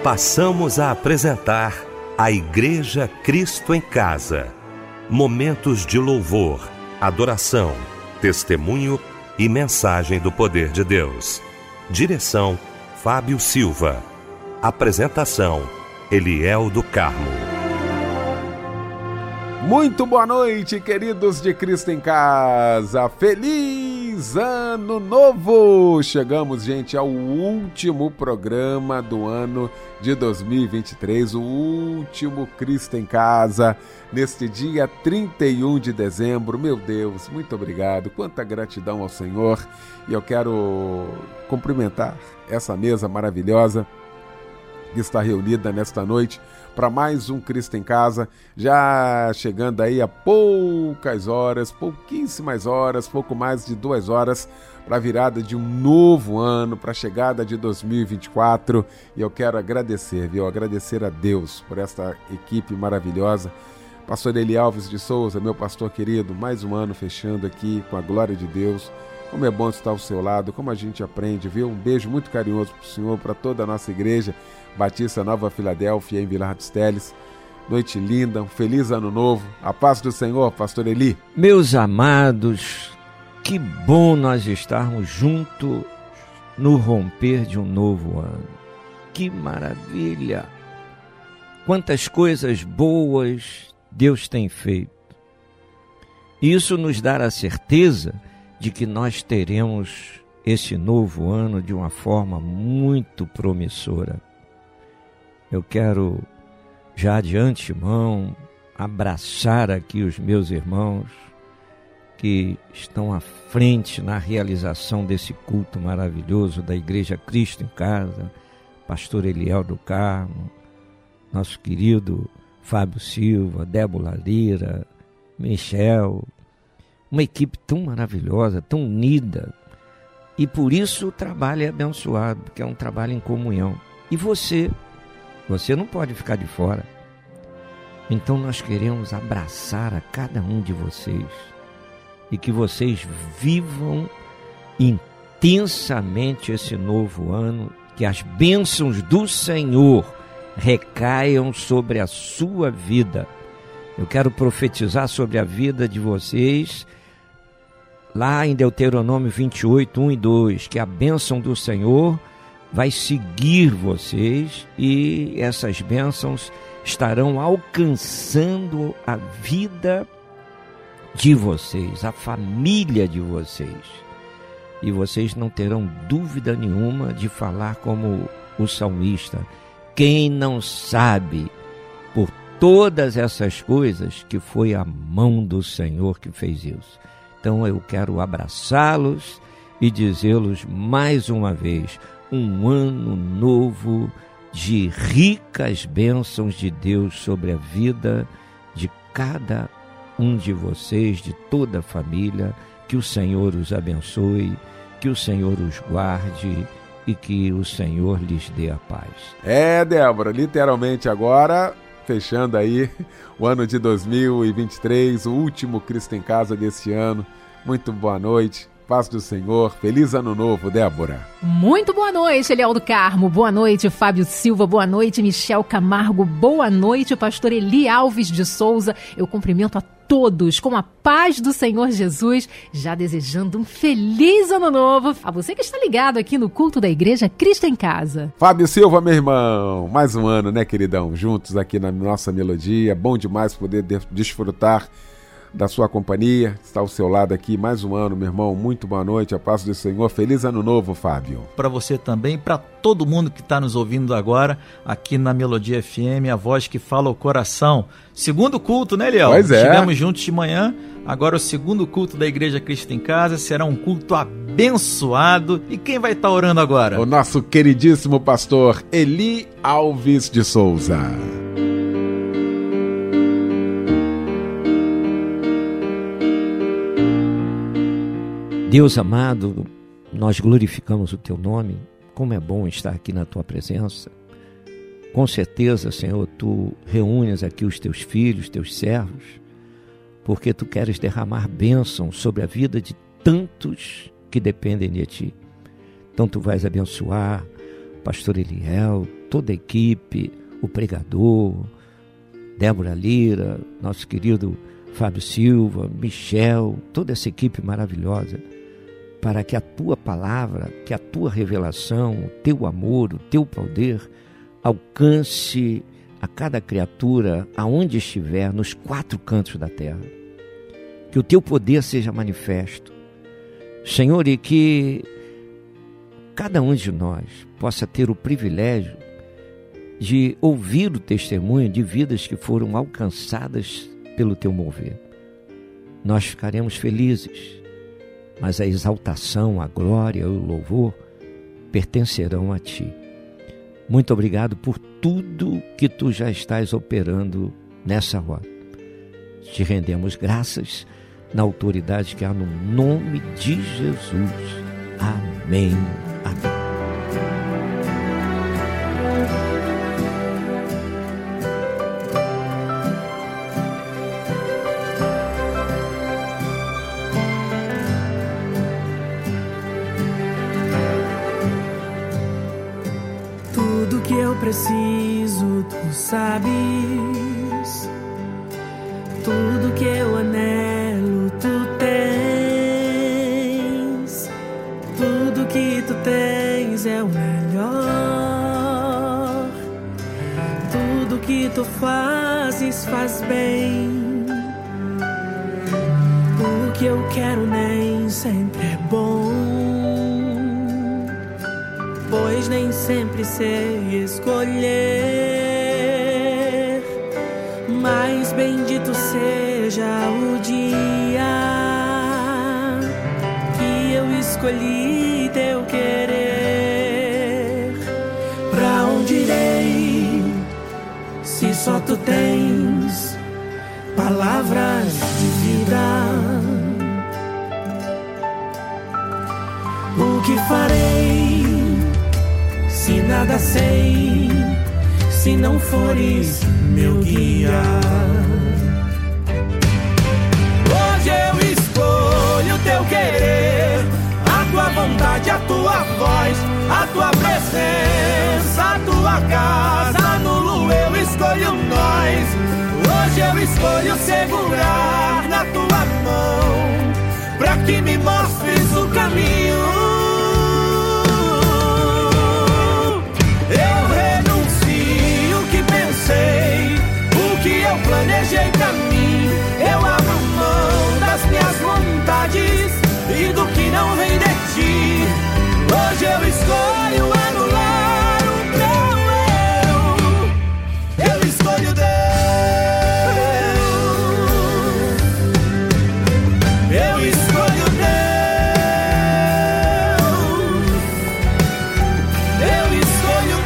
Passamos a apresentar a Igreja Cristo em Casa. Momentos de louvor, adoração, testemunho e mensagem do poder de Deus. Direção: Fábio Silva. Apresentação: Eliel do Carmo. Muito boa noite, queridos de Cristo em Casa. Feliz Ano Novo! Chegamos, gente, ao último programa do ano de 2023, o último Cristo em Casa, neste dia 31 de dezembro. Meu Deus, muito obrigado, quanta gratidão ao Senhor. E eu quero cumprimentar essa mesa maravilhosa que está reunida nesta noite para mais um Cristo em Casa, já chegando aí a poucas horas, pouquíssimas horas, pouco mais de 2 horas para a virada de um novo ano, para a chegada de 2024. E eu quero agradecer, agradecer a Deus por esta equipe maravilhosa. Pastor Eli Alves de Souza, meu pastor querido, mais um ano fechando aqui com a glória de Deus. Como é bom estar ao seu lado, como a gente aprende, viu? Um beijo muito carinhoso para o senhor, para toda a nossa igreja Batista Nova Filadélfia, em Vilar dos Teles. Noite linda, um feliz ano novo. A paz do Senhor, pastor Eli. Meus amados, que bom nós estarmos juntos no romper de um novo ano. Que maravilha! Quantas coisas boas Deus tem feito. Isso nos dá a certeza de que nós teremos esse novo ano de uma forma muito promissora. Eu quero, já de antemão, abraçar aqui os meus irmãos que estão à frente na realização desse culto maravilhoso da Igreja Cristo em Casa, pastor Eliel do Carmo, nosso querido Fábio Silva, Débora Lira, Michel, uma equipe tão maravilhosa, tão unida, e por isso o trabalho é abençoado, porque é um trabalho em comunhão. E você não pode ficar de fora. Então nós queremos abraçar a cada um de vocês e que vocês vivam intensamente esse novo ano, que as bênçãos do Senhor recaiam sobre a sua vida. Eu quero profetizar sobre a vida de vocês lá em Deuteronômio 28, 1 e 2, que a bênção do Senhor vai seguir vocês e essas bênçãos estarão alcançando a vida de vocês, a família de vocês. E vocês não terão dúvida nenhuma de falar como o salmista: quem não sabe por todas essas coisas que foi a mão do Senhor que fez isso. Então eu quero abraçá-los e dizê-los mais uma vez: um ano novo de ricas bênçãos de Deus sobre a vida de cada um de vocês, de toda a família. Que o Senhor os abençoe, que o Senhor os guarde e que o Senhor lhes dê a paz. Débora, literalmente agora, fechando aí o ano de 2023, o último Cristo em Casa desse ano. Muito boa noite. Paz do Senhor, feliz ano novo, Débora. Muito boa noite, Eliel do Carmo, boa noite, Fábio Silva, boa noite, Michel Camargo, boa noite, pastor Eli Alves de Souza. Eu cumprimento a todos com a paz do Senhor Jesus, já desejando um feliz ano novo a você que está ligado aqui no culto da Igreja Cristo em Casa. Fábio Silva, meu irmão, mais um ano, né, queridão? Juntos aqui na nossa melodia, bom demais poder desfrutar da sua companhia, está ao seu lado aqui mais um ano, meu irmão. Muito boa noite, a paz do Senhor. Feliz ano novo, Fábio. Para você também, para todo mundo que está nos ouvindo agora aqui na Melodia FM, a voz que fala o coração. Segundo culto, né, Eliel? Pois é. Estivemos juntos de manhã, agora o segundo culto da Igreja Cristo em Casa será um culto abençoado. E quem vai estar orando agora? O nosso queridíssimo pastor Eli Alves de Souza. Deus amado, nós glorificamos o Teu nome. Como é bom estar aqui na Tua presença. Com certeza, Senhor, Tu reúnes aqui os Teus filhos, Teus servos, porque Tu queres derramar bênção sobre a vida de tantos que dependem de Ti. Então Tu vais abençoar o pastor Eliel, toda a equipe, o pregador, Débora Lira, nosso querido Fábio Silva, Michel, toda essa equipe maravilhosa, para que a tua palavra, que a tua revelação, o teu amor, o teu poder alcance a cada criatura aonde estiver, nos 4 cantos da terra. Que o teu poder seja manifesto, Senhor, e que cada um de nós possa ter o privilégio de ouvir o testemunho de vidas que foram alcançadas pelo teu mover. Nós ficaremos felizes, mas a exaltação, a glória e o louvor pertencerão a ti. Muito obrigado por tudo que tu já estás operando nessa hora. Te rendemos graças na autoridade que há no nome de Jesus. Amém. Amém. Tudo que eu preciso, tu sabes. Tudo que eu anelo, tu tens. Tudo que tu tens é o melhor. Tudo que tu fazes faz bem. O que eu quero nem sempre é bom, pois nem sempre sei escolher. Mas bendito seja o dia que eu escolhi teu querer. Pra onde irei, se só tu tens palavras de vida? O que farei se nada sei, se não fores meu guia? Hoje eu escolho teu querer, a tua vontade, a tua voz, a tua presença, a tua casa. Nulo eu escolho nós. Hoje eu escolho segurar na tua mão, pra que me mostres o caminho. O que eu planejei pra mim, eu abro mão das minhas vontades e do que não vem de ti. Hoje eu escolho anular o meu eu escolho Deus. Eu escolho Deus. Eu escolho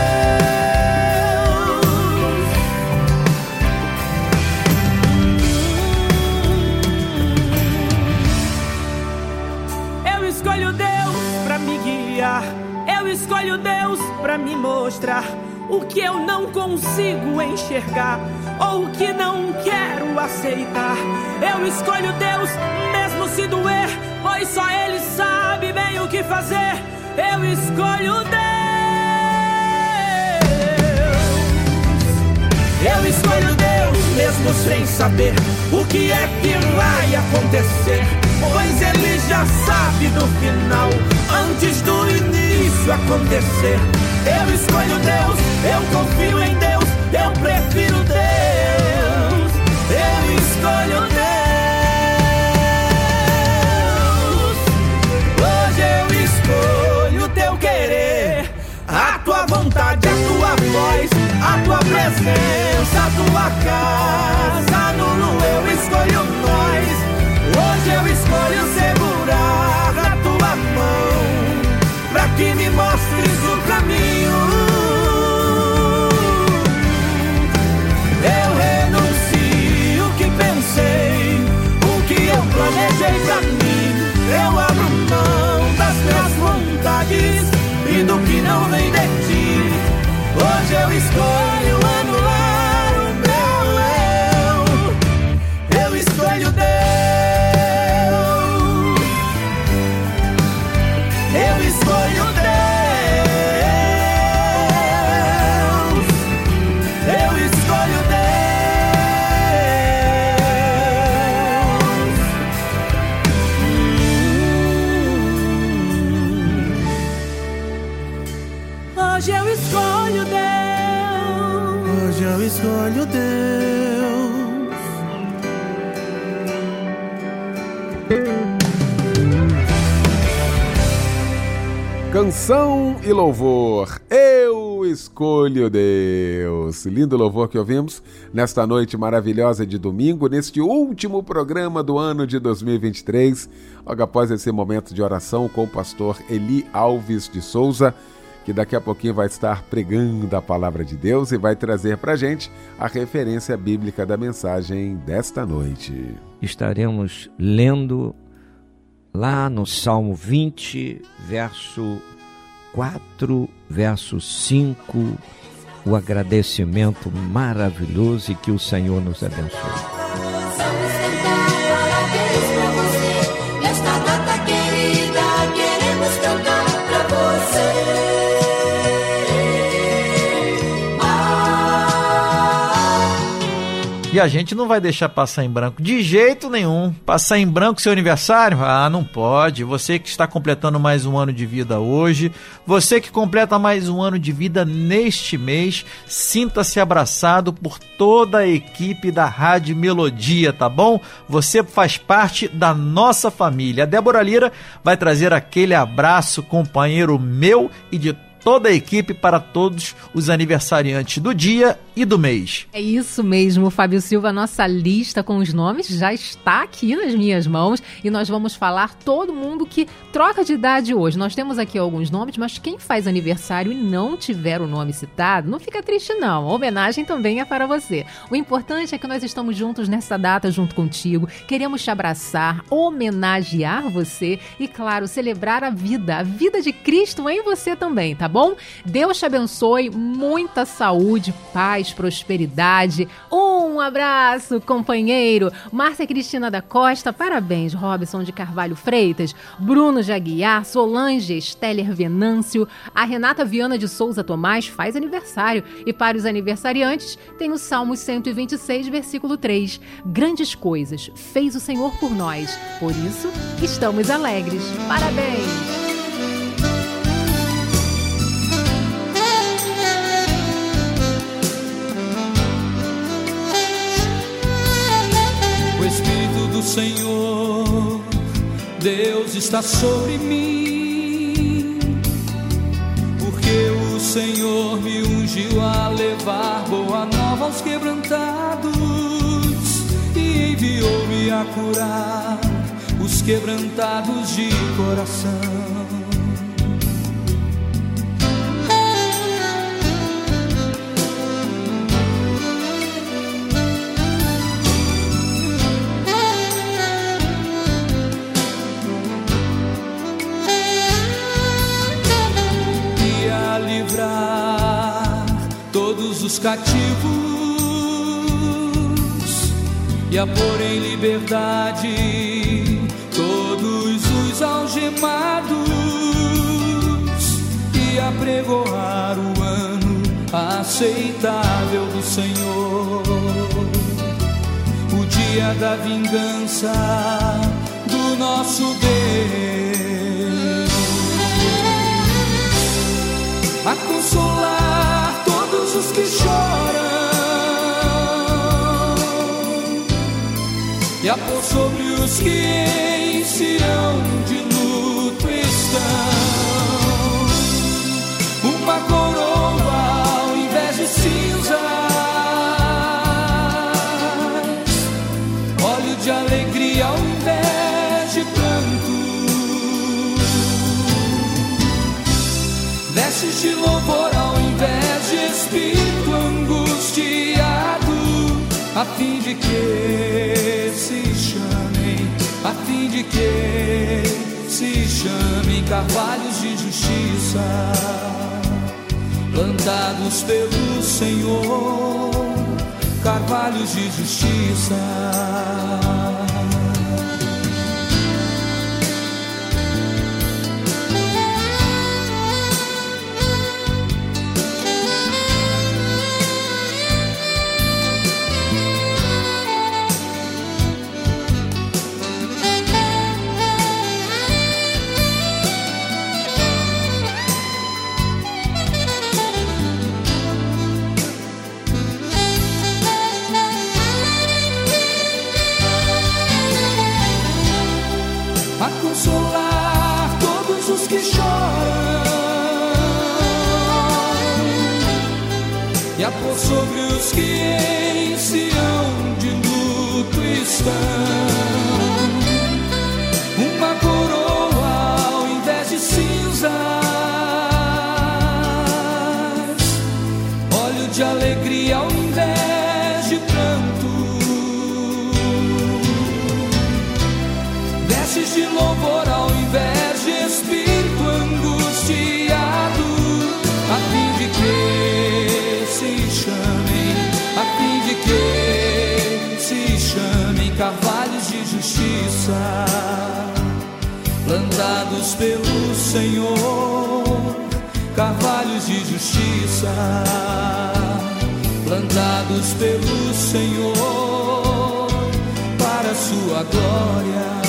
Eu escolho Deus pra me mostrar o que eu não consigo enxergar ou o que não quero aceitar. Eu escolho Deus mesmo se doer, pois só Ele sabe bem o que fazer. Eu escolho Deus. Eu escolho Deus mesmo sem saber o que é que vai acontecer, pois Ele já sabe do final, antes do início acontecer. Eu escolho Deus, eu confio em Deus, eu prefiro Deus. Eu escolho Deus. Hoje eu escolho teu querer, a tua vontade, a tua voz, a tua presença, a tua casa. Nulo eu escolho nós. Hoje eu escolho segurar na tua mão, pra que me mostres o caminho. Eu renuncio o que pensei, o que eu planejei pra mim. Eu abro mão das minhas vontades e do que não vem de ti. Hoje eu escolho anular o meu eu escolho Deus. Eu escolho Deus. escolho Deus. Canção e louvor, eu escolho Deus. Lindo louvor que ouvimos nesta noite maravilhosa de domingo, neste último programa do ano de 2023, logo após esse momento de oração com o pastor Eli Alves de Souza, que daqui a pouquinho vai estar pregando a palavra de Deus e vai trazer para a gente a referência bíblica da mensagem desta noite. Estaremos lendo lá no Salmo 20, verso 4, verso 5, o agradecimento maravilhoso e que o Senhor nos abençoe. Vamos cantar parabéns pra você, nesta data querida, queremos cantar pra você. E a gente não vai deixar passar em branco de jeito nenhum. Passar em branco seu aniversário? Ah, não pode. Você que está completando mais um ano de vida hoje, você que completa mais um ano de vida neste mês, sinta-se abraçado por toda a equipe da Rádio Melodia, tá bom? Você faz parte da nossa família. A Débora Lira vai trazer aquele abraço, companheiro meu e de toda a equipe para todos os aniversariantes do dia e do mês. É isso mesmo, Fábio Silva, nossa lista com os nomes já está aqui nas minhas mãos e nós vamos falar todo mundo que troca de idade hoje. Nós temos aqui alguns nomes, mas quem faz aniversário e não tiver o nome citado, não fica triste não, a homenagem também é para você. O importante é que nós estamos juntos nessa data junto contigo, queremos te abraçar, homenagear você e, claro, celebrar a vida de Cristo em você também, tá bom? Deus te abençoe, muita saúde, paz, prosperidade. Um abraço, companheiro. Márcia Cristina da Costa, parabéns. Robson de Carvalho Freitas, Bruno de Aguiar, Solange Steller Venâncio, a Renata Viana de Souza Tomás faz aniversário. E para os aniversariantes, tem o Salmo 126, versículo 3. Grandes coisas fez o Senhor por nós, por isso estamos alegres. Parabéns! O Espírito do Senhor, Deus está sobre mim, porque o Senhor me ungiu a levar boa nova aos quebrantados e enviou-me a curar os quebrantados de coração. Livrar todos os cativos e a pôr em liberdade todos os algemados e a pregoar o ano aceitável do Senhor, o dia da vingança do nosso Deus, a consolar todos os que choram e a pôr sobre os que em Sião de luto estão uma coroa ao invés de cinzas, óleo de alegria ao invés de pranto, vestes de louvor ao invés de espírito angustiado, a fim de que se chamem carvalhos de justiça, plantados pelo Senhor, carvalhos de justiça. consolar todos os que choram e a pôr sobre os que em Sião de luto estão uma coroa ao invés de cinzas, óleo de alegria ao invés de pranto, vestes de louvor ao invés de espírito angustiado, a fim de que se chamem, a fim de que se chamem carvalhos de justiça, plantados pelo Senhor, carvalhos de justiça, plantados pelo Senhor, para a sua glória.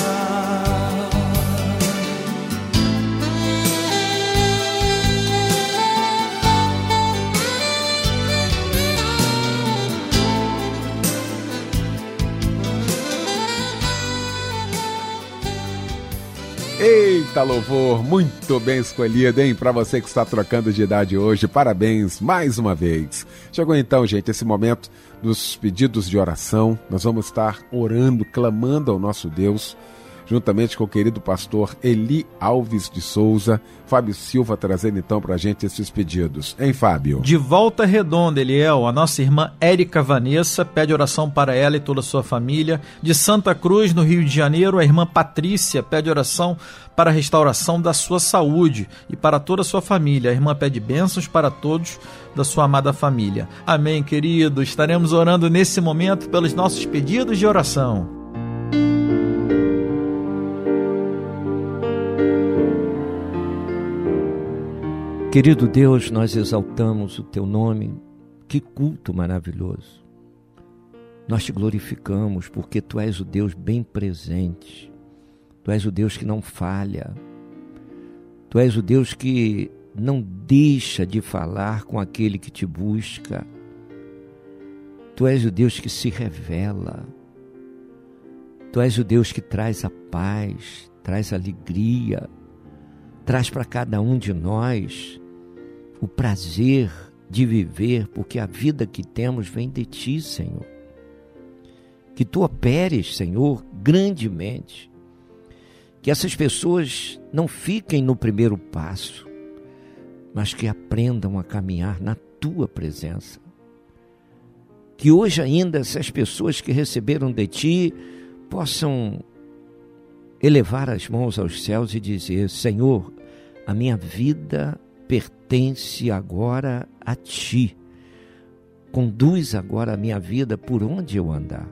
Eita, louvor, muito bem escolhido, hein? Para você que está trocando de idade hoje, parabéns mais uma vez. Chegou então, gente, esse momento dos pedidos de oração. Nós vamos estar orando, clamando ao nosso Deus, juntamente com o querido pastor Eli Alves de Souza. Fábio Silva trazendo então pra gente esses pedidos. Hein, Fábio? De Volta Redonda, Eliel, a nossa irmã Érica Vanessa pede oração para ela e toda a sua família. De Santa Cruz, no Rio de Janeiro, a irmã Patrícia pede oração para a restauração da sua saúde e para toda a sua família. A irmã pede bênçãos para todos da sua amada família. Amém, querido. Estaremos orando nesse momento pelos nossos pedidos de oração. Querido Deus, nós exaltamos o Teu nome, que culto maravilhoso. Nós Te glorificamos porque Tu és o Deus bem presente, Tu és o Deus que não falha, Tu és o Deus que não deixa de falar com aquele que Te busca, Tu és o Deus que se revela, Tu és o Deus que traz a paz, traz a alegria, traz para cada um de nós o prazer de viver, porque a vida que temos vem de Ti, Senhor. Que Tu operes, Senhor, grandemente. Que essas pessoas não fiquem no primeiro passo, mas que aprendam a caminhar na Tua presença. Que hoje ainda essas pessoas que receberam de Ti possam elevar as mãos aos céus e dizer: Senhor, a minha vida pertence agora a Ti. Conduz agora a minha vida por onde eu andar.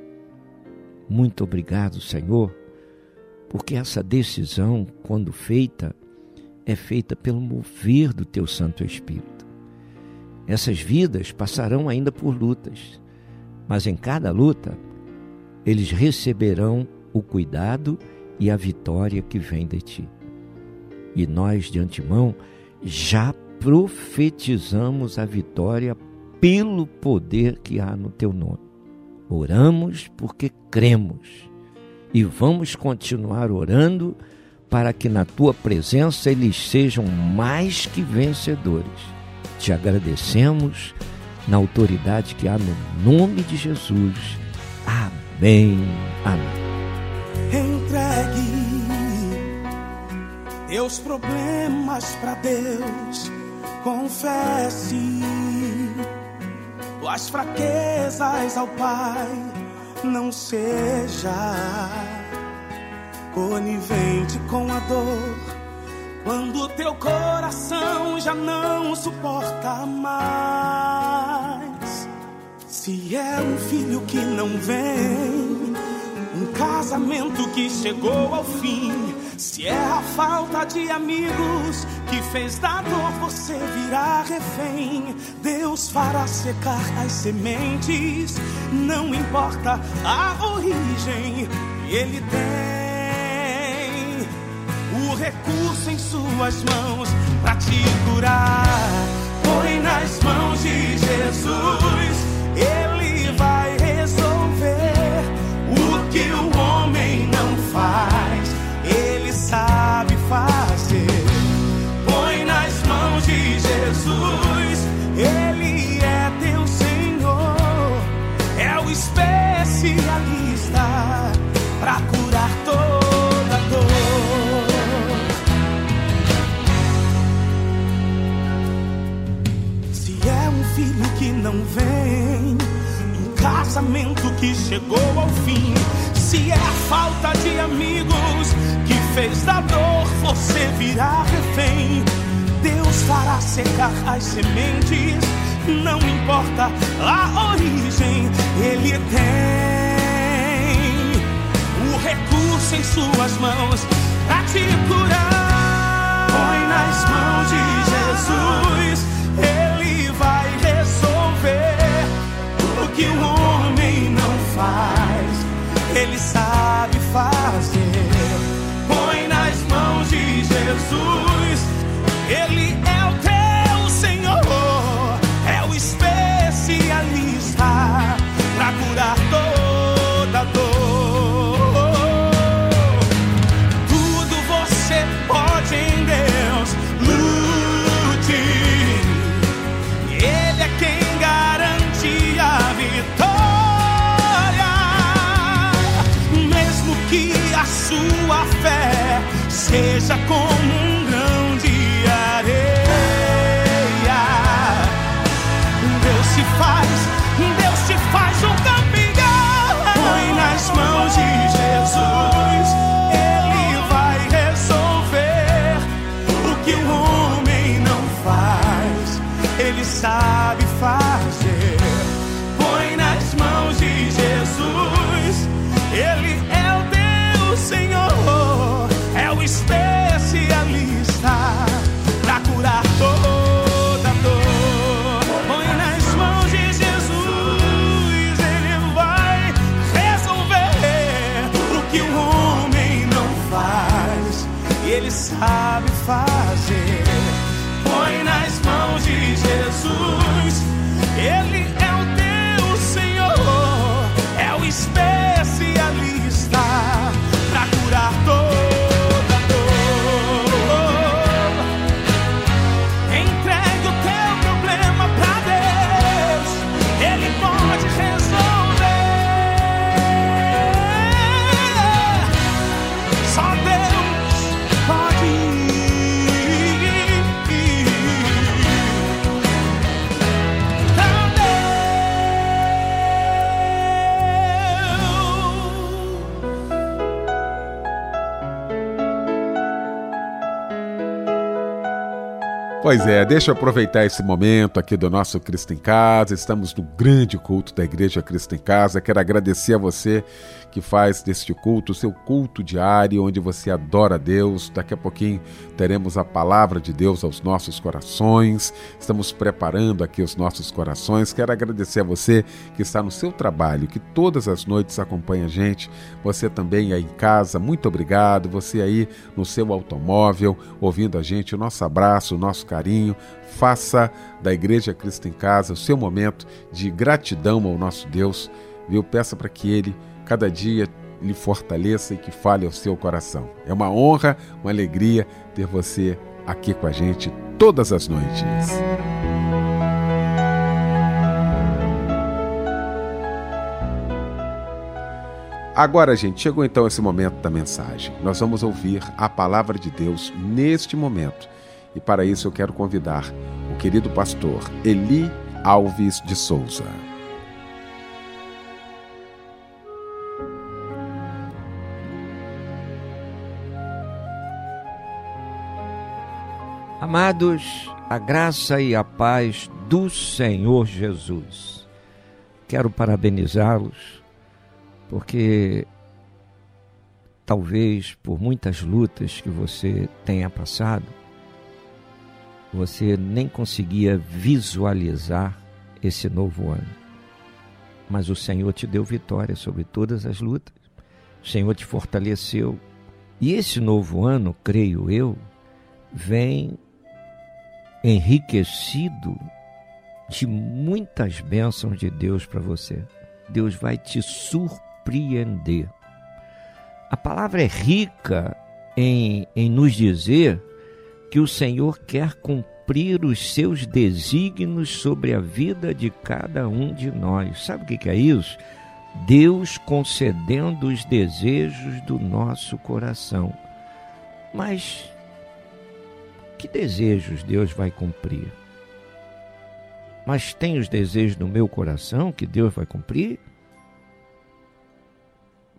Muito obrigado, Senhor, porque essa decisão, quando feita, é feita pelo mover do Teu Santo Espírito. Essas vidas passarão ainda por lutas, mas em cada luta, eles receberão o cuidado e a vitória que vem de Ti. E nós, de antemão, já profetizamos a vitória pelo poder que há no Teu nome. Oramos porque cremos e vamos continuar orando para que na Tua presença eles sejam mais que vencedores. Te agradecemos na autoridade que há no nome de Jesus. Amém. Amém. Entregue teus problemas pra Deus, confesse tuas fraquezas ao Pai, não seja conivente com a dor, quando teu coração já não suporta mais. Se é um filho que não vem, um casamento que chegou ao fim, se é a falta de amigos que fez da dor você virar refém, Deus fará secar as sementes, não importa a origem, Ele tem o recurso em suas mãos pra te curar. Põe nas mãos de Jesus, Ele vai resolver o que o homem não faz. Ele chegou ao fim. Se é a falta de amigos que fez da dor você virar refém, Deus fará secar as sementes, não importa a origem. Ele tem o recurso em suas mãos pra te curar. Põe nas mãos de Jesus, Ele vai resolver o que o homem não faz, Ele sabe fazer. Põe nas mãos de Jesus, Ele é o teu Senhor, é o especialista pra curar toda dor. Tudo você pode em Deus, lute, Ele é quem garante a vitória. Mesmo que a sua fé seja como um grão de areia, Deus te faz um caminhar. Põe nas mãos de Jesus, Ele vai resolver o que o homem não faz, Ele sabe fazer. Põe nas mãos de Jesus, Ele é o teu Senhor, é o especialista pra curar toda dor. Põe nas mãos de Jesus, Ele vai resolver o que o homem não faz, Ele sabe fazer. Põe nas mãos de Jesus, Ele é o teu Senhor, é o especialista pra curar toda dor. Entregue o teu problema pra Deus, Ele pode resolver. Só Deus pode. Pois é, deixa eu aproveitar esse momento aqui do nosso Cristo em Casa. Estamos no grande culto da Igreja Cristo em Casa. Quero agradecer a você que faz deste culto o seu culto diário, onde você adora a Deus. Daqui a pouquinho teremos a palavra de Deus aos nossos corações. Estamos preparando aqui os nossos corações. Quero agradecer a você que está no seu trabalho, que todas as noites acompanha a gente. Você também aí em casa, muito obrigado. Você aí no seu automóvel, ouvindo a gente, o nosso abraço, o nosso carinho. Faça da Igreja Cristo em Casa o seu momento de gratidão ao nosso Deus, viu? Peça para que Ele cada dia lhe fortaleça e que fale ao seu coração. É uma honra, uma alegria ter você aqui com a gente todas as noites. Agora, gente, chegou então esse momento da mensagem. Nós vamos ouvir a palavra de Deus neste momento. E para isso eu quero convidar o querido pastor Eli Alves de Souza. Amados, a graça e a paz do Senhor Jesus. Quero parabenizá-los, porque talvez por muitas lutas que você tenha passado, você nem conseguia visualizar esse novo ano. Mas o Senhor te deu vitória sobre todas as lutas. O Senhor te fortaleceu. E esse novo ano, creio eu, vem enriquecido de muitas bênçãos de Deus para você. Deus vai te surpreender. A palavra é rica em nos dizer que o Senhor quer cumprir os seus desígnios sobre a vida de cada um de nós. Sabe o que é isso? Deus concedendo os desejos do nosso coração. Mas que desejos Deus vai cumprir? Mas tem os desejos no meu coração que Deus vai cumprir?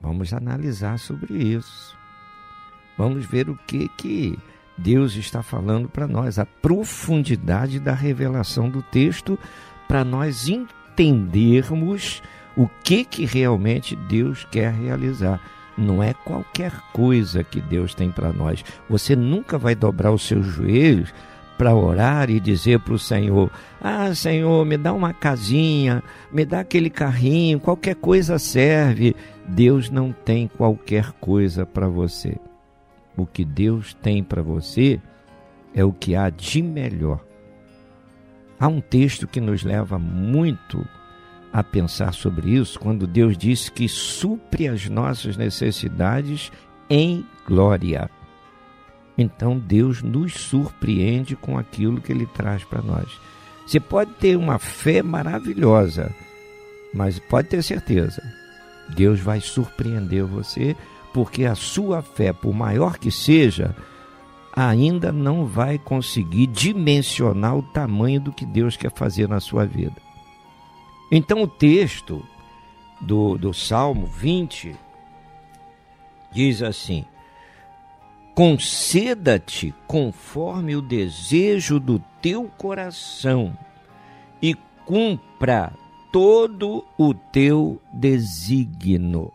Vamos analisar sobre isso. Vamos ver o que Deus está falando para nós, a profundidade da revelação do texto, para nós entendermos o que realmente Deus quer realizar. Não é qualquer coisa que Deus tem para nós. Você nunca vai dobrar os seus joelhos para orar e dizer para o Senhor: ah, Senhor, me dá uma casinha, me dá aquele carrinho, qualquer coisa serve. Deus não tem qualquer coisa para você. O que Deus tem para você é o que há de melhor. Há um texto que nos leva muito a pensar sobre isso, quando Deus diz que supre as nossas necessidades em glória. Então Deus nos surpreende com aquilo que Ele traz para nós. Você pode ter uma fé maravilhosa, mas pode ter certeza, Deus vai surpreender você, porque a sua fé, por maior que seja, ainda não vai conseguir dimensionar o tamanho do que Deus quer fazer na sua vida. Então o texto do Salmo 20 diz assim: conceda-te conforme o desejo do teu coração e cumpra todo o teu desígnio.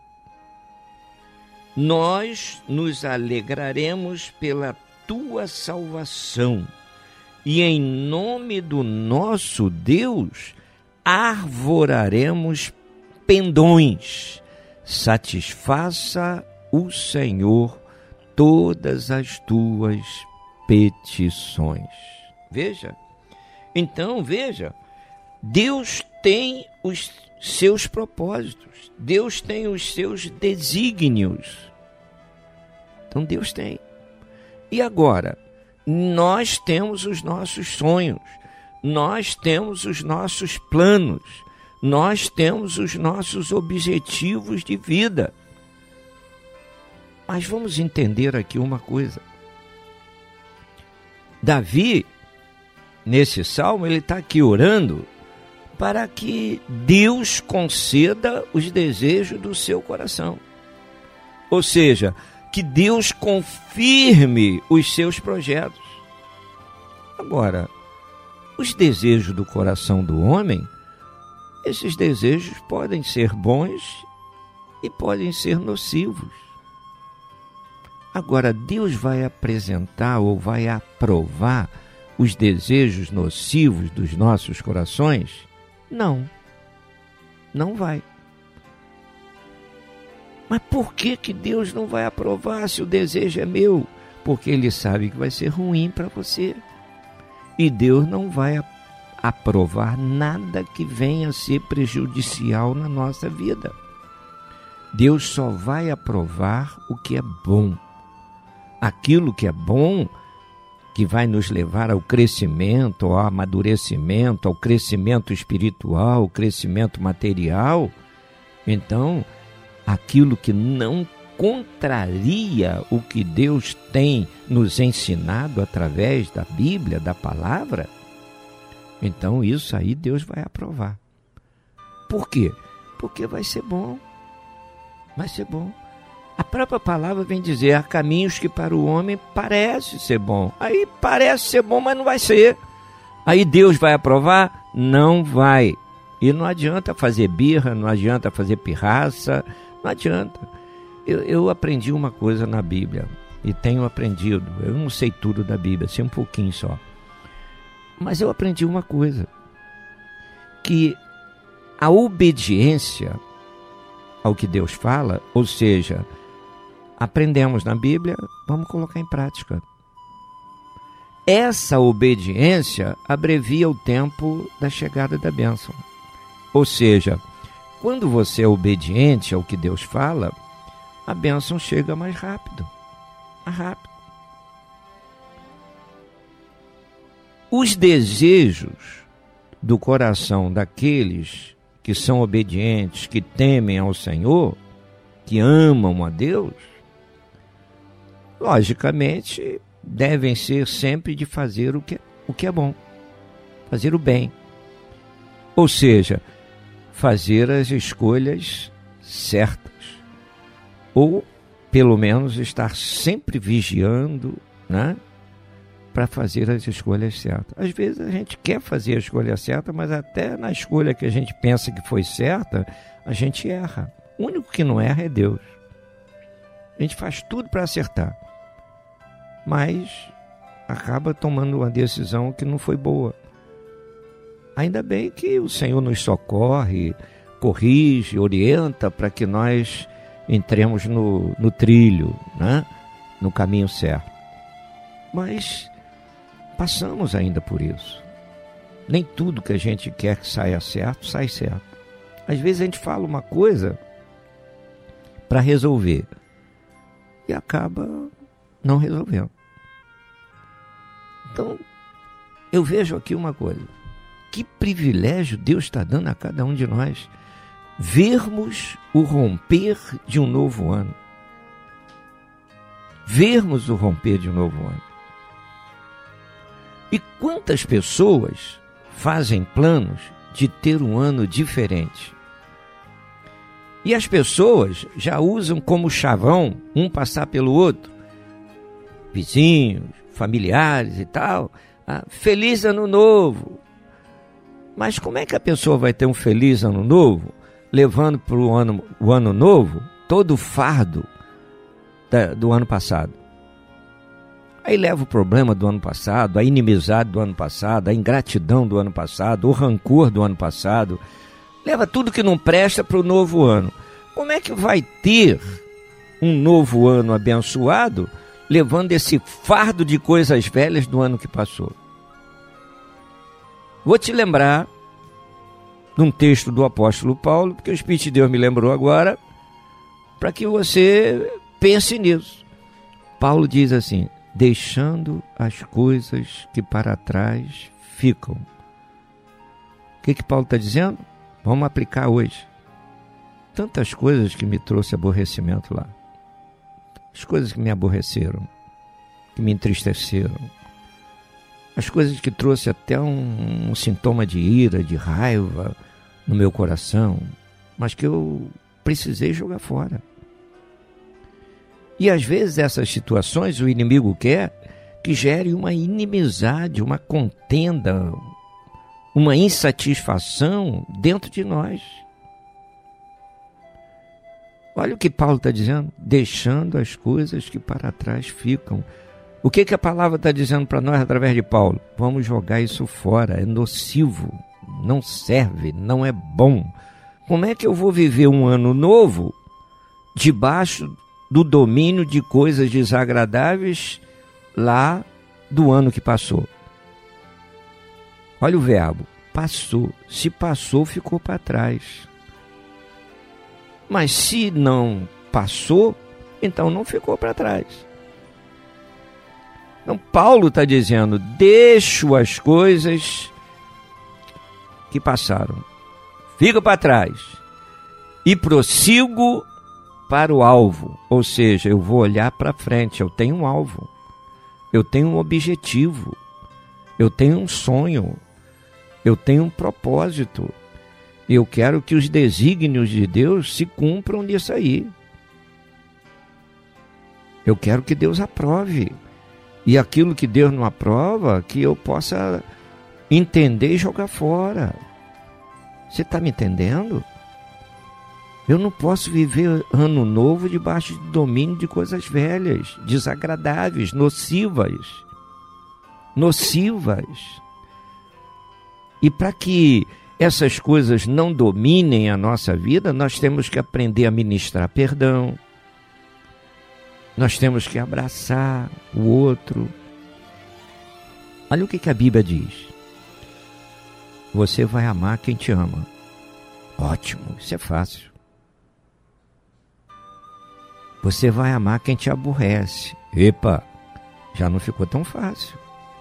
Nós nos alegraremos pela tua salvação e em nome do nosso Deus arvoraremos pendões. Satisfaça o Senhor todas as tuas petições. Veja, então veja, Deus tem os seus propósitos, Deus tem os seus desígnios. Então Deus tem. E agora, nós temos os nossos sonhos, nós temos os nossos planos, nós temos os nossos objetivos de vida. Mas vamos entender aqui uma coisa. Davi, nesse salmo, ele está aqui orando para que Deus conceda os desejos do seu coração. Ou seja, que Deus confirme os seus projetos. Agora, os desejos do coração do homem, esses desejos podem ser bons e podem ser nocivos. Agora, Deus vai apresentar ou vai aprovar os desejos nocivos dos nossos corações? Não, não vai. Mas por que Deus não vai aprovar se o desejo é meu? Porque Ele sabe que vai ser ruim para você. E Deus não vai aprovar nada que venha a ser prejudicial na nossa vida. Deus só vai aprovar o que é bom. Aquilo que é bom, que vai nos levar ao crescimento, ao amadurecimento, ao crescimento espiritual, ao crescimento material. Então, aquilo que não contraria o que Deus tem nos ensinado através da Bíblia, da palavra, então isso aí Deus vai aprovar. Por quê? Porque vai ser bom. Vai ser bom. A própria palavra vem dizer: há caminhos que para o homem parece ser bom. Aí parece ser bom, mas não vai ser. Aí Deus vai aprovar? Não vai. E não adianta fazer birra, não adianta fazer pirraça, não adianta. Eu aprendi uma coisa na Bíblia, e tenho aprendido. Eu não sei tudo da Bíblia, sei um pouquinho só. Mas eu aprendi uma coisa, que a obediência ao que Deus fala, ou seja, aprendemos na Bíblia, vamos colocar em prática. Essa obediência abrevia o tempo da chegada da bênção. Ou seja, quando você é obediente ao que Deus fala, a bênção chega mais rápido. Mais rápido. Os desejos do coração daqueles que são obedientes, que temem ao Senhor, que amam a Deus, logicamente, devem ser sempre de fazer o que é bom, fazer o bem. Ou seja, fazer as escolhas certas. ou pelo menos estar sempre vigiando, né, para fazer as escolhas certas. Às vezes a gente quer fazer a escolha certa, mas até na escolha que a gente pensa que foi certa, a gente erra. O único que não erra é Deus. A gente faz tudo para acertar, mas acaba tomando uma decisão que não foi boa. Ainda bem que o Senhor nos socorre, corrige, orienta para que nós entremos no trilho, né? No caminho certo. Mas passamos ainda por isso. Nem tudo que a gente quer que saia certo, sai certo. Às vezes a gente fala uma coisa para resolver e acaba não resolvendo. Então, eu vejo aqui uma coisa. Que privilégio Deus está dando a cada um de nós vermos o romper de um novo ano. Vermos o romper de um novo ano. E quantas pessoas fazem planos de ter um ano diferente? E as pessoas já usam como chavão um passar pelo outro. Vizinhos, familiares e tal. Feliz ano novo. Mas como é que a pessoa vai ter um feliz ano novo, levando para o ano novo todo o fardo do ano passado? Aí leva o problema do ano passado, a inimizade do ano passado, a ingratidão do ano passado, o rancor do ano passado. Leva tudo que não presta para o novo ano. Como é que vai ter um novo ano abençoado, levando esse fardo de coisas velhas do ano que passou? Vou te lembrar de um texto do apóstolo Paulo, porque o Espírito de Deus me lembrou agora, para que você pense nisso. Paulo diz assim: deixando as coisas que para trás ficam. O que Paulo está dizendo? Vamos aplicar hoje. Tantas coisas que me trouxe aborrecimento lá. As coisas que me aborreceram, que me entristeceram. As coisas que trouxe até um sintoma de ira, de raiva no meu coração, mas que eu precisei jogar fora. E às vezes essas situações o inimigo quer que gere uma inimizade, uma contenda, uma insatisfação dentro de nós. Olha o que Paulo está dizendo: deixando as coisas que para trás ficam. O que a palavra está dizendo para nós através de Paulo? Vamos jogar isso fora, é nocivo, não serve, não é bom. Como é que eu vou viver um ano novo debaixo do domínio de coisas desagradáveis lá do ano que passou? Olha o verbo, passou. Se passou, ficou para trás. Mas se não passou, então não ficou para trás. Então Paulo está dizendo: deixo as coisas que passaram, fica para trás e prossigo para o alvo. Ou seja, eu vou olhar para frente, eu tenho um alvo, eu tenho um objetivo, eu tenho um sonho, eu tenho um propósito. Eu quero que os desígnios de Deus se cumpram nisso aí. Eu quero que Deus aprove. E aquilo que Deus não aprova, que eu possa entender e jogar fora. Você está me entendendo? Eu não posso viver ano novo debaixo de domínio de coisas velhas, desagradáveis, nocivas. Nocivas. E para que essas coisas não dominem a nossa vida, nós temos que aprender a ministrar perdão. Nós temos que abraçar o outro. Olha o que a Bíblia diz. Você vai amar quem te ama. Ótimo, isso é fácil. Você vai amar quem te aborrece. Epa, já não ficou tão fácil.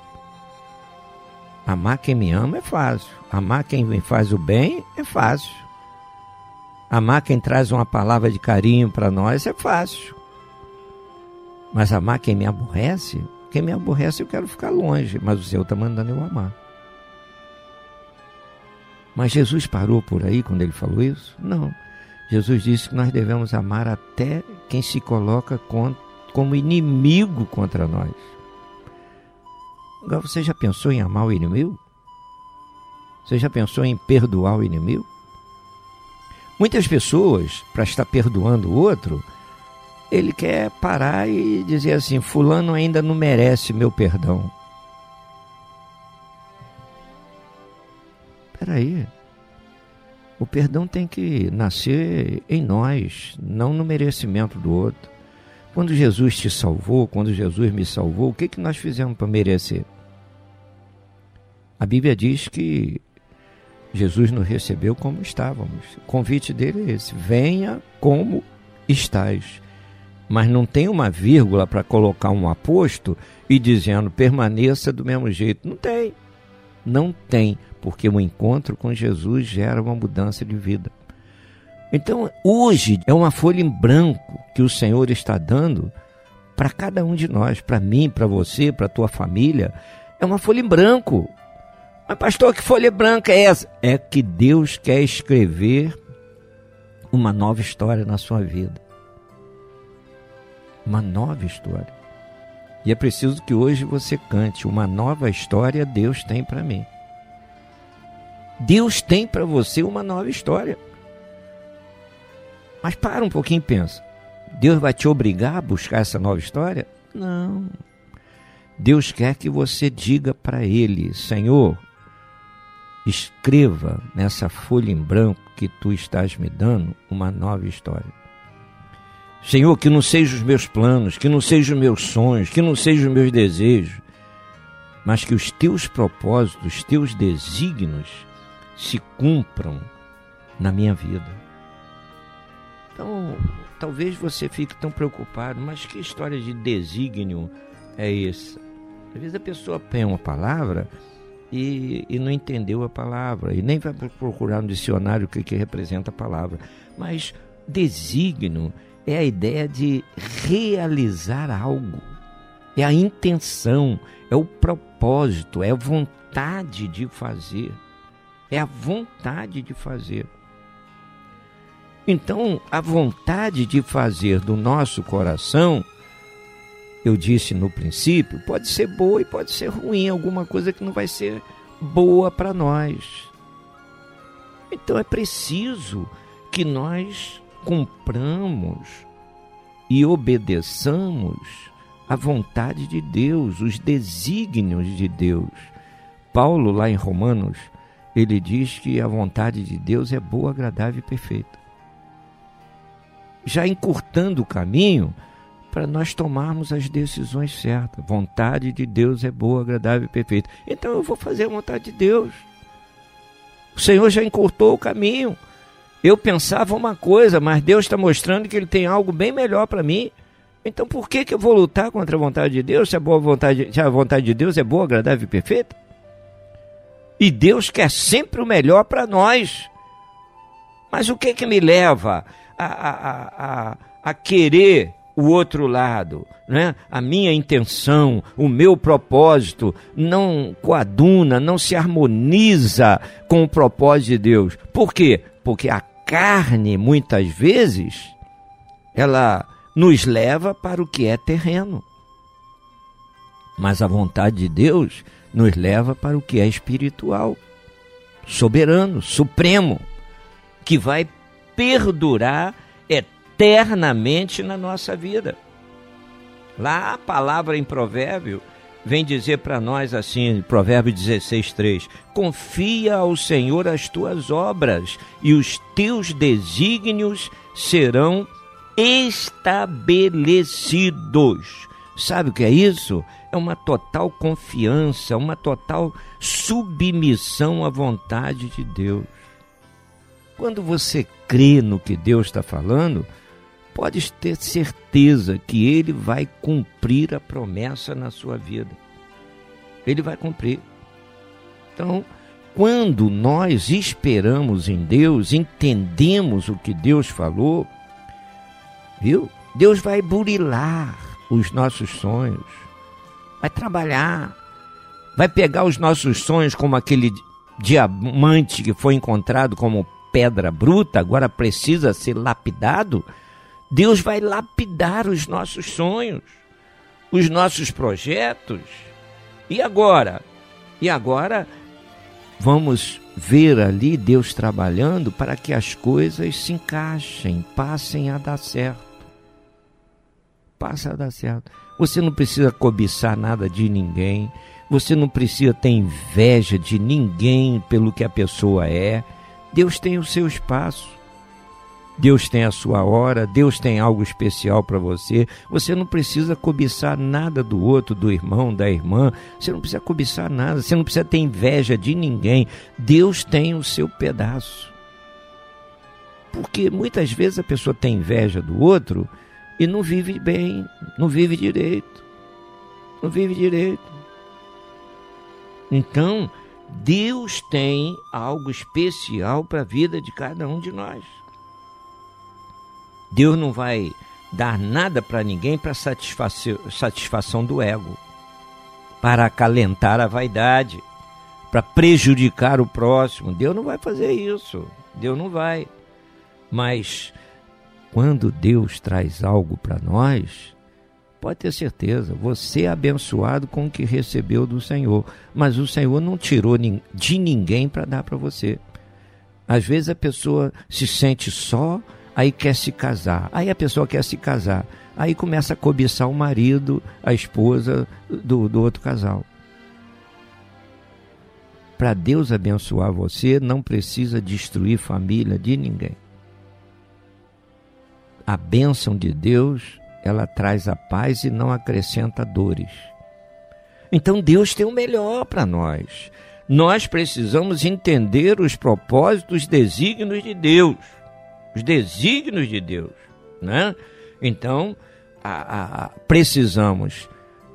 Amar quem me ama é fácil. Amar quem me faz o bem é fácil. Amar quem traz uma palavra de carinho para nós é fácil. Mas amar quem me aborrece eu quero ficar longe, mas o Senhor está mandando eu amar. Mas Jesus parou por aí quando ele falou isso? Não. Jesus disse que nós devemos amar até quem se coloca como inimigo contra nós. Agora, você já pensou em amar o inimigo? Você já pensou em perdoar o inimigo? Muitas pessoas, para estar perdoando o outro, ele quer parar e dizer assim: fulano ainda não merece meu perdão. Espera aí. O perdão tem que nascer em nós, não no merecimento do outro. Quando Jesus te salvou, quando Jesus me salvou, o que nós fizemos para merecer? A Bíblia diz que Jesus nos recebeu como estávamos. O convite dele é esse: venha como estás. Mas não tem uma vírgula para colocar um aposto e dizendo permaneça do mesmo jeito. Não tem. Não tem, porque o encontro com Jesus gera uma mudança de vida. Então, hoje é uma folha em branco que o Senhor está dando para cada um de nós, para mim, para você, para a tua família. É uma folha em branco. Mas, pastor, que folha branca é essa? É que Deus quer escrever uma nova história na sua vida. Uma nova história. E é preciso que hoje você cante: uma nova história Deus tem para mim. Deus tem para você uma nova história. Mas para um pouquinho e pensa: Deus vai te obrigar a buscar essa nova história? Não. Deus quer que você diga para Ele: Senhor, escreva nessa folha em branco que Tu estás me dando uma nova história. Senhor, que não sejam os meus planos, que não sejam os meus sonhos, que não sejam os meus desejos, mas que os Teus propósitos, os Teus desígnios se cumpram na minha vida. Então, talvez você fique tão preocupado: mas que história de desígnio é essa? Às vezes a pessoa põe uma palavra e não entendeu a palavra, e nem vai procurar no dicionário o que representa a palavra. Mas desígnio é a ideia de realizar algo, é a intenção, é o propósito, é a vontade de fazer. É a vontade de fazer. Então, a vontade de fazer do nosso coração, eu disse no princípio, pode ser boa e pode ser ruim, alguma coisa que não vai ser boa para nós. Então é preciso que nós cumpramos e obedeçamos a vontade de Deus, os desígnios de Deus. Paulo, lá em Romanos, ele diz que a vontade de Deus é boa, agradável e perfeita. Já encurtando o caminho para nós tomarmos as decisões certas. Vontade de Deus é boa, agradável e perfeita. Então eu vou fazer a vontade de Deus. O Senhor já encurtou o caminho. Eu pensava uma coisa, mas Deus está mostrando que Ele tem algo bem melhor para mim. Então por que eu vou lutar contra a vontade de Deus se a vontade de Deus é boa, agradável e perfeita? E Deus quer sempre o melhor para nós. Mas o que me leva a querer o outro lado, né? A minha intenção, o meu propósito não coaduna, não se harmoniza com o propósito de Deus. Por quê? Porque a carne, muitas vezes, ela nos leva para o que é terreno. Mas a vontade de Deus nos leva para o que é espiritual, soberano, supremo, que vai perdurar eternamente na nossa vida. Lá a palavra em Provérbio vem dizer para nós assim, Provérbio 16:3, confia ao Senhor as tuas obras e os teus desígnios serão estabelecidos. Sabe o que é isso? É uma total confiança, uma total submissão à vontade de Deus. Quando você crê no que Deus está falando, pode ter certeza que Ele vai cumprir a promessa na sua vida. Ele vai cumprir. Então, quando nós esperamos em Deus, entendemos o que Deus falou, viu? Deus vai burilar os nossos sonhos, vai trabalhar, vai pegar os nossos sonhos como aquele diamante que foi encontrado como pedra bruta, agora precisa ser lapidado. Deus vai lapidar os nossos sonhos, os nossos projetos. E agora? Vamos ver ali Deus trabalhando para que as coisas se encaixem, passem a dar certo. Passa a dar certo. Você não precisa cobiçar nada de ninguém. Você não precisa ter inveja de ninguém pelo que a pessoa é. Deus tem o seu espaço. Deus tem a sua hora, Deus tem algo especial para você. Você não precisa cobiçar nada do outro, do irmão, da irmã. Você não precisa cobiçar nada, você não precisa ter inveja de ninguém. Deus tem o seu pedaço. Porque muitas vezes a pessoa tem inveja do outro e não vive bem, não vive direito. Não vive direito. Então, Deus tem algo especial para a vida de cada um de nós. Deus não vai dar nada para ninguém para satisfação do ego, para acalentar a vaidade, para prejudicar o próximo. Deus não vai fazer isso. Deus não vai. Mas quando Deus traz algo para nós, pode ter certeza, você é abençoado com o que recebeu do Senhor. Mas o Senhor não tirou de ninguém para dar para você. Às vezes a pessoa se sente só, aí quer se casar. Aí a pessoa quer se casar. Aí começa a cobiçar o marido, a esposa do outro casal. Para Deus abençoar você, não precisa destruir família de ninguém. A bênção de Deus, ela traz a paz e não acrescenta dores. Então Deus tem o melhor para nós. Nós precisamos entender os propósitos, os desígnios de Deus. Os desígnios de Deus, né? Então, precisamos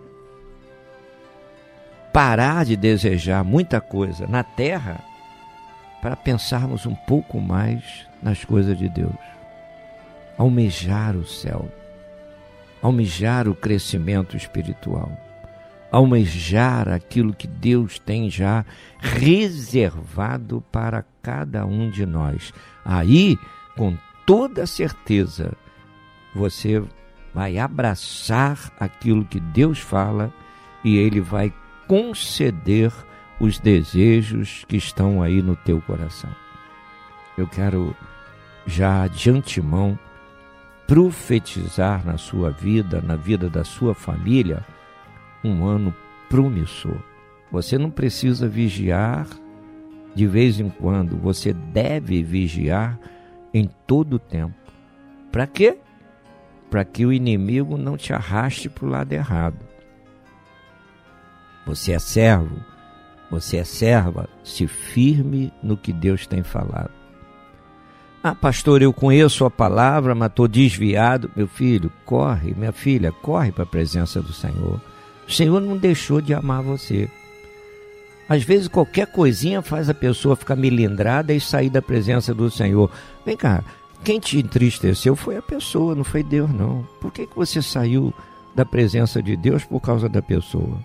parar de desejar muita coisa na terra para pensarmos um pouco mais nas coisas de Deus. Almejar o céu, almejar o crescimento espiritual, almejar aquilo que Deus tem já reservado para cada um de nós. Aí, com toda certeza, você vai abraçar aquilo que Deus fala e Ele vai conceder os desejos que estão aí no teu coração. Eu quero já de antemão profetizar na sua vida, na vida da sua família, um ano promissor. Você não precisa vigiar de vez em quando, você deve vigiar em todo o tempo. Para quê? Para que o inimigo não te arraste para o lado errado. Você é servo, você é serva, se firme no que Deus tem falado. Ah, pastor, eu conheço a palavra, mas estou desviado. Meu filho, corre, minha filha, corre para a presença do Senhor. O Senhor não deixou de amar você. Às vezes qualquer coisinha faz a pessoa ficar melindrada e sair da presença do Senhor. Vem cá, quem te entristeceu foi a pessoa, não foi Deus não. Por que você saiu da presença de Deus por causa da pessoa?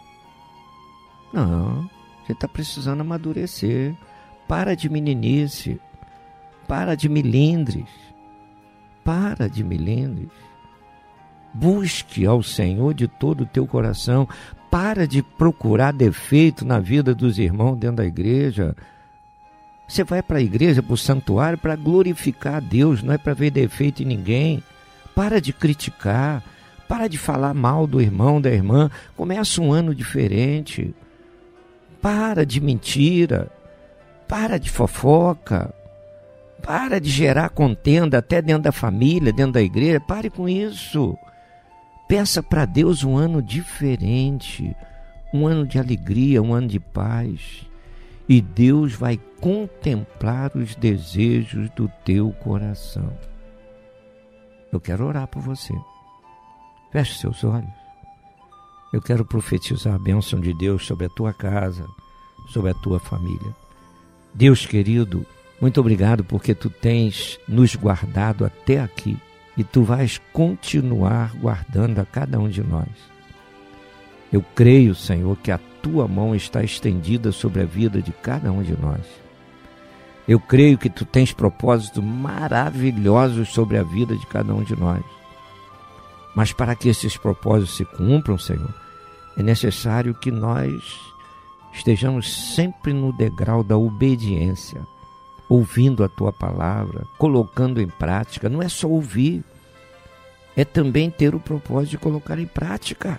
Não, você está precisando amadurecer. Para de meninice, para de melindres, para de melindres. Busque ao Senhor de todo o teu coração. Para de procurar defeito na vida dos irmãos dentro da igreja. Você vai para a igreja, para o santuário, para glorificar a Deus, não é para ver defeito em ninguém. Para de criticar, para de falar mal do irmão, da irmã. Começa um ano diferente. Para de mentira, para de fofoca, para de gerar contenda até dentro da família, dentro da igreja. Pare com isso. Peça para Deus um ano diferente, um ano de alegria, um ano de paz. E Deus vai contemplar os desejos do teu coração. Eu quero orar por você. Feche seus olhos. Eu quero profetizar a bênção de Deus sobre a tua casa, sobre a tua família. Deus querido, muito obrigado porque tu tens nos guardado até aqui. E tu vais continuar guardando a cada um de nós. Eu creio, Senhor, que a tua mão está estendida sobre a vida de cada um de nós. Eu creio que Tu tens propósitos maravilhosos sobre a vida de cada um de nós. Mas para que esses propósitos se cumpram, Senhor, é necessário que nós estejamos sempre no degrau da obediência, ouvindo a Tua palavra, colocando em prática. Não é só ouvir, é também ter o propósito de colocar em prática.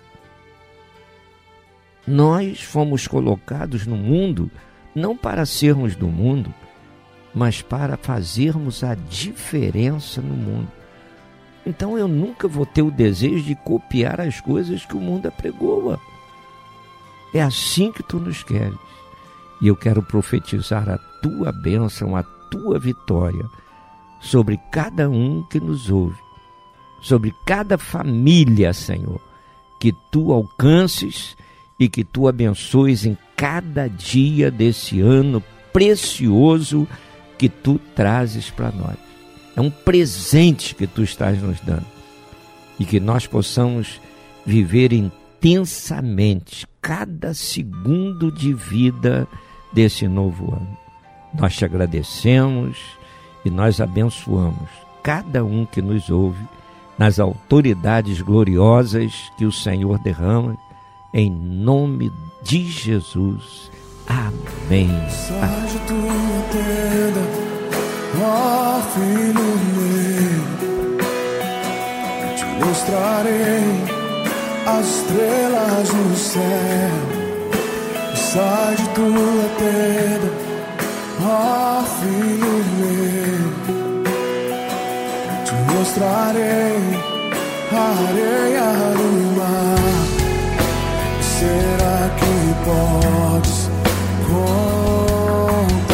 Nós fomos colocados no mundo não para sermos do mundo, mas para fazermos a diferença no mundo. Então eu nunca vou ter o desejo de copiar as coisas que o mundo apregoa. É assim que Tu nos queres. E eu quero profetizar a Tua bênção, a Tua vitória sobre cada um que nos ouve, sobre cada família, Senhor, que Tu alcances e que Tu abençoes em cada dia desse ano precioso que Tu trazes para nós. É um presente que Tu estás nos dando. E que nós possamos viver intensamente cada segundo de vida desse novo ano. Nós Te agradecemos e nós abençoamos cada um que nos ouve nas autoridades gloriosas que o Senhor derrama, em nome de Jesus. Amém. Sai de tua tenda, ó filho meu, te mostrarei as estrelas no céu. Sai de tua tenda, ó filho meu, te mostrarei a areia do mar. Será que podes contar?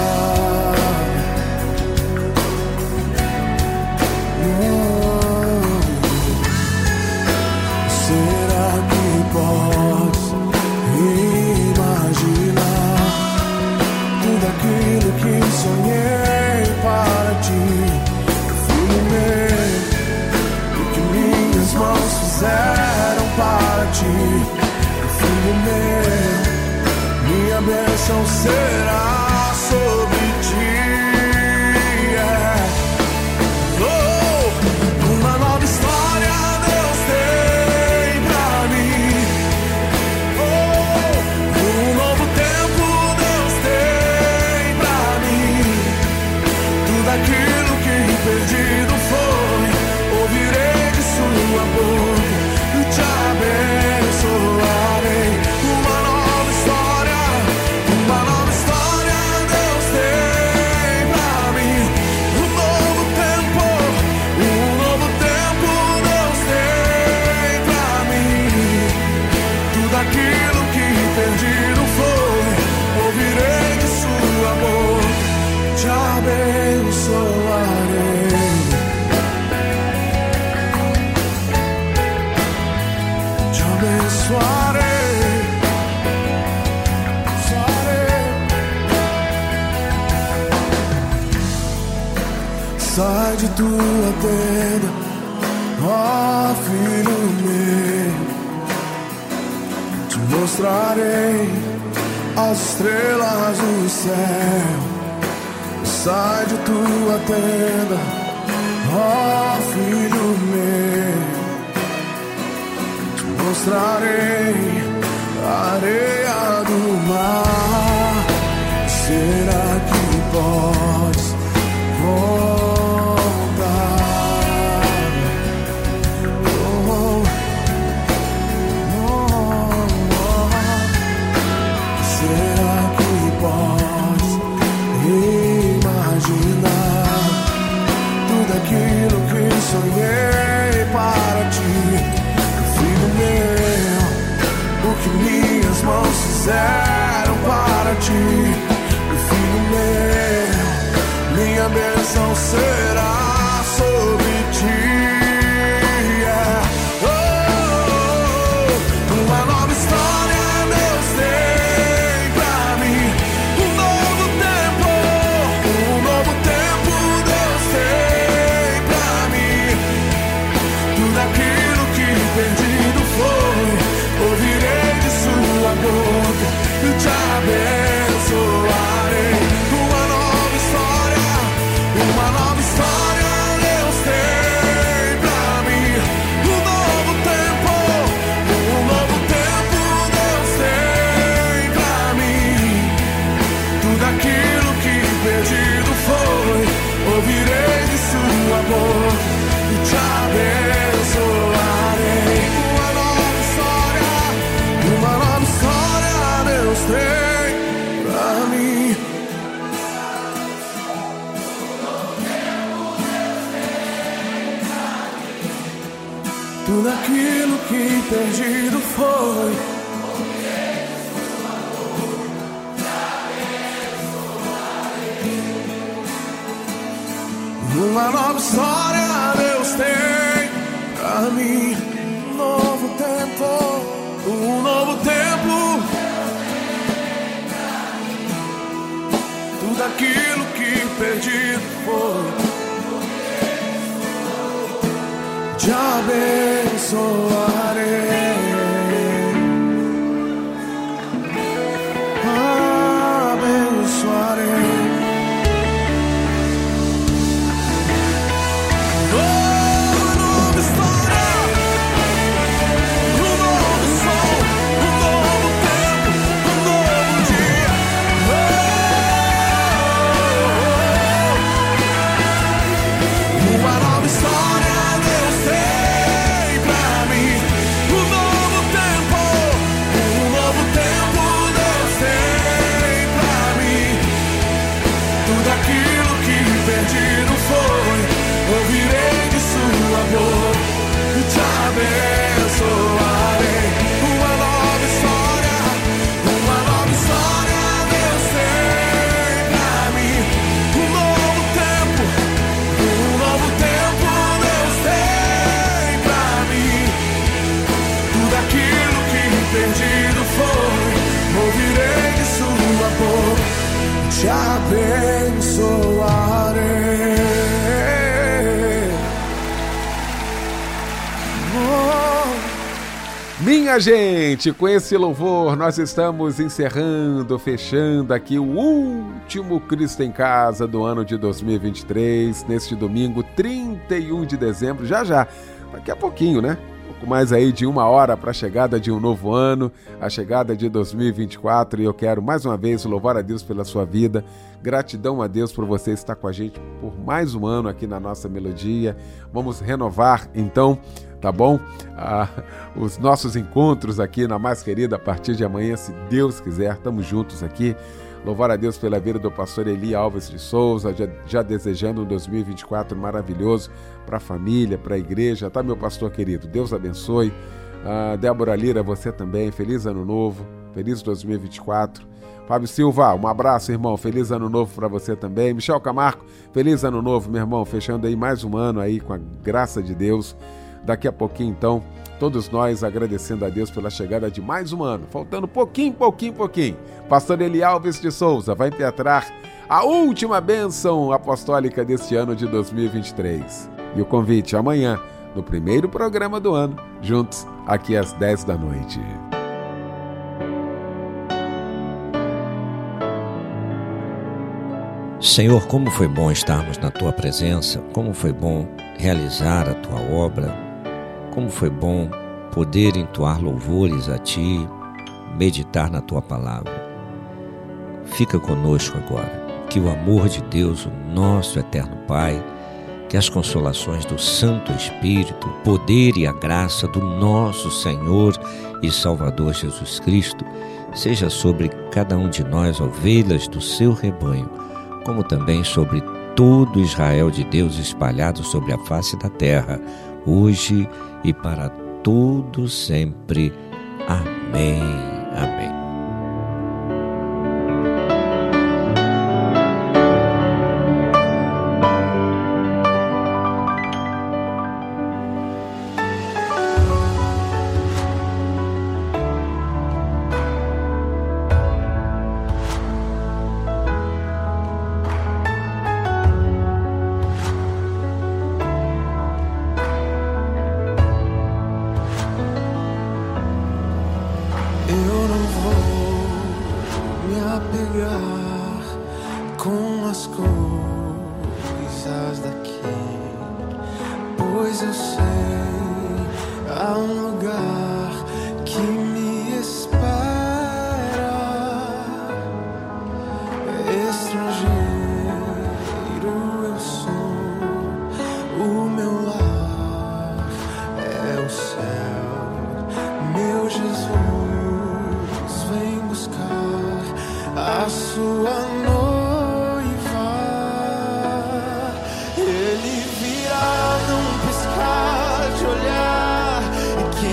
Será que podes imaginar tudo aquilo que sonhei para ti, filho meu? O que minhas mãos fizeram para ti, filho meu, minha bênção será sobre ti. Oh, uma nova história Deus tem pra mim. Oh, um novo tempo Deus tem pra mim. Tudo aquilo que perdido foi, ouvirei de sua boca e te abençoar. Sai de tua tenda, ó filho meu, te mostrarei as estrelas do céu. Sai de tua tenda, ó filho meu, te mostrarei a areia do mar. Será que podes voltar? Será que podes imaginar tudo aquilo que sonhei para ti, filho meu? O que minhas mãos fizeram para ti, filho meu, minha bênção será sobre ti. Uma nova história Deus tem pra mim. Um novo tempo Deus tem pra mim. Tudo aquilo que perdido foi, ouvirei de sua boca e te abençoarei. Uma nova foi. Uma nova história Deus tem pra mim. Um novo tempo, um novo tempo. Tudo aquilo que perdido foi, te abençoarei. Abençoarei. Te abençoarei. Minha gente, com esse louvor nós estamos encerrando, fechando aqui o último Cristo em Casa do ano de 2023, neste domingo 31 de dezembro, já, daqui a pouquinho, né? Pouco mais aí de 1 hora para a chegada de um novo ano, a chegada de 2024, e eu quero mais uma vez louvar a Deus pela sua vida, gratidão a Deus por você estar com a gente por mais um ano aqui na nossa melodia. Vamos renovar então, tá bom? Os nossos encontros aqui na Mais Querida a partir de amanhã, se Deus quiser, estamos juntos aqui. Louvar a Deus pela vida do pastor Eli Alves de Souza, já desejando um 2024 maravilhoso para a família, para a igreja, tá, meu pastor querido? Deus abençoe. Débora Lira, você também, feliz ano novo, feliz 2024. Fábio Silva, um abraço, irmão, feliz ano novo para você também. Michel Camargo, feliz ano novo, meu irmão, fechando aí mais um ano aí com a graça de Deus. Daqui a pouquinho, então, todos nós agradecendo a Deus pela chegada de mais um ano, faltando pouquinho. Pastor Eli Alves de Souza vai impetrar a última bênção apostólica deste ano de 2023. E o convite amanhã, no primeiro programa do ano, juntos, aqui às 10 da noite. Senhor, como foi bom estarmos na Tua presença, como foi bom realizar a Tua obra, como foi bom poder entoar louvores a Ti, meditar na Tua palavra. Fica conosco agora, que o amor de Deus, o nosso eterno Pai, que as consolações do Santo Espírito, o poder e a graça do nosso Senhor e Salvador Jesus Cristo, seja sobre cada um de nós, ovelhas do seu rebanho, como também sobre todo Israel de Deus espalhado sobre a face da terra, hoje e para todo sempre. Amém. Amém. Ele virá num piscar de olhar, e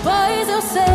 pois eu sei